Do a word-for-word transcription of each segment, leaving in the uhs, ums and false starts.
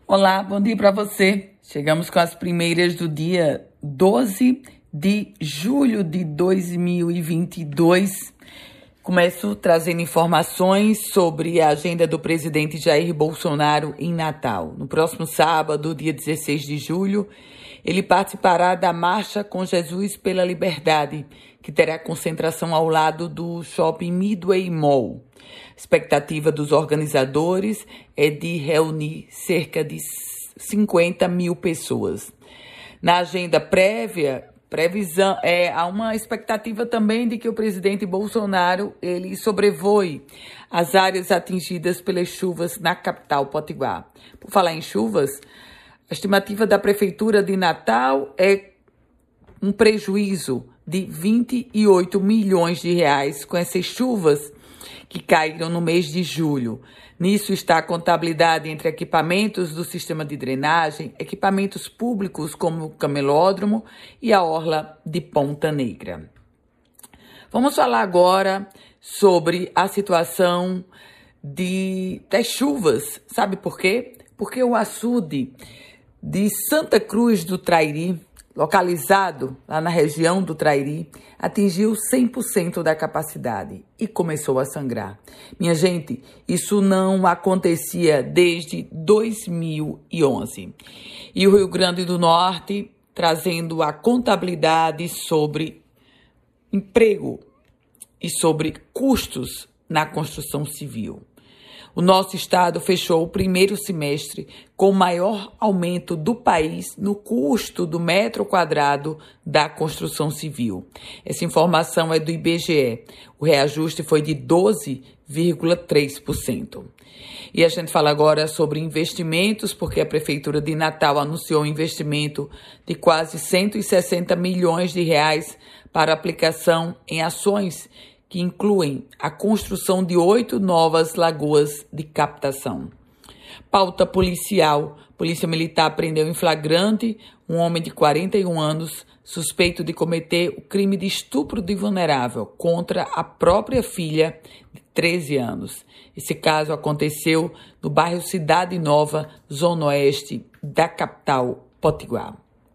Olá, bom dia para você. Chegamos com as primeiras do dia doze de julho de dois mil e vinte e dois. Começo trazendo informações sobre a agenda do presidente Jair Bolsonaro em Natal. No próximo sábado, dia dezesseis de julho, ele participará da Marcha com Jesus pela Liberdade, que terá concentração ao lado do Shopping Midway Mall. A expectativa dos organizadores é de reunir cerca de cinquenta mil pessoas. Na agenda prévia, previsão, é, há uma expectativa também de que o presidente Bolsonaro ele sobrevoe as áreas atingidas pelas chuvas na capital Potiguar. Por falar em chuvas, a estimativa da Prefeitura de Natal é um prejuízo de vinte e oito milhões de reais com essas chuvas que caíram no mês de julho. Nisso está a contabilidade entre equipamentos do sistema de drenagem, equipamentos públicos como o camelódromo e a orla de Ponta Negra. Vamos falar agora sobre a situação de, das chuvas. Sabe por quê? Porque o açude de Santa Cruz do Trairi, localizado lá na região do Trairi, atingiu cem por cento da capacidade e começou a sangrar. Minha gente, isso não acontecia desde dois mil e onze. E o Rio Grande do Norte trazendo a contabilidade sobre emprego e sobre custos na construção civil. O nosso estado fechou o primeiro semestre com o maior aumento do país no custo do metro quadrado da construção civil. Essa informação é do I B G E. O reajuste foi de doze vírgula três por cento. E a gente fala agora sobre investimentos, porque a Prefeitura de Natal anunciou um investimento de quase cento e sessenta milhões de reais para aplicação em ações que incluem a construção de oito novas lagoas de captação. Pauta policial. Polícia Militar prendeu em flagrante um homem de quarenta e um anos suspeito de cometer o crime de estupro de vulnerável contra a própria filha de treze anos. Esse caso aconteceu no bairro Cidade Nova, zona oeste da capital Potiguar.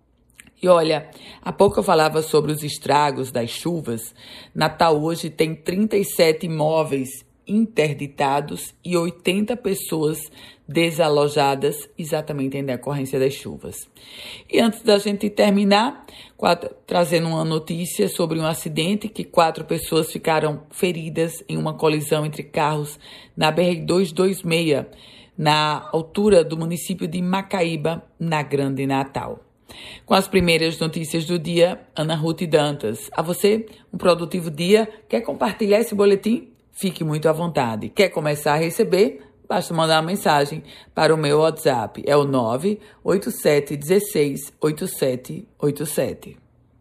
E olha, há pouco eu falava sobre os estragos das chuvas. Natal hoje tem trinta e sete imóveis interditados e oitenta pessoas desalojadas exatamente em decorrência das chuvas. E antes da gente terminar, quatro, trazendo uma notícia sobre um acidente que quatro pessoas ficaram feridas em uma colisão entre carros na B R duzentos e vinte e seis, na altura do município de Macaíba, na Grande Natal. Com as primeiras notícias do dia, Ana Ruth Dantas. A você, um produtivo dia. Quer compartilhar esse boletim? Fique muito à vontade. Quer começar a receber? Basta mandar uma mensagem para o meu WhatsApp. É o nove oito sete um seis oito sete oito sete.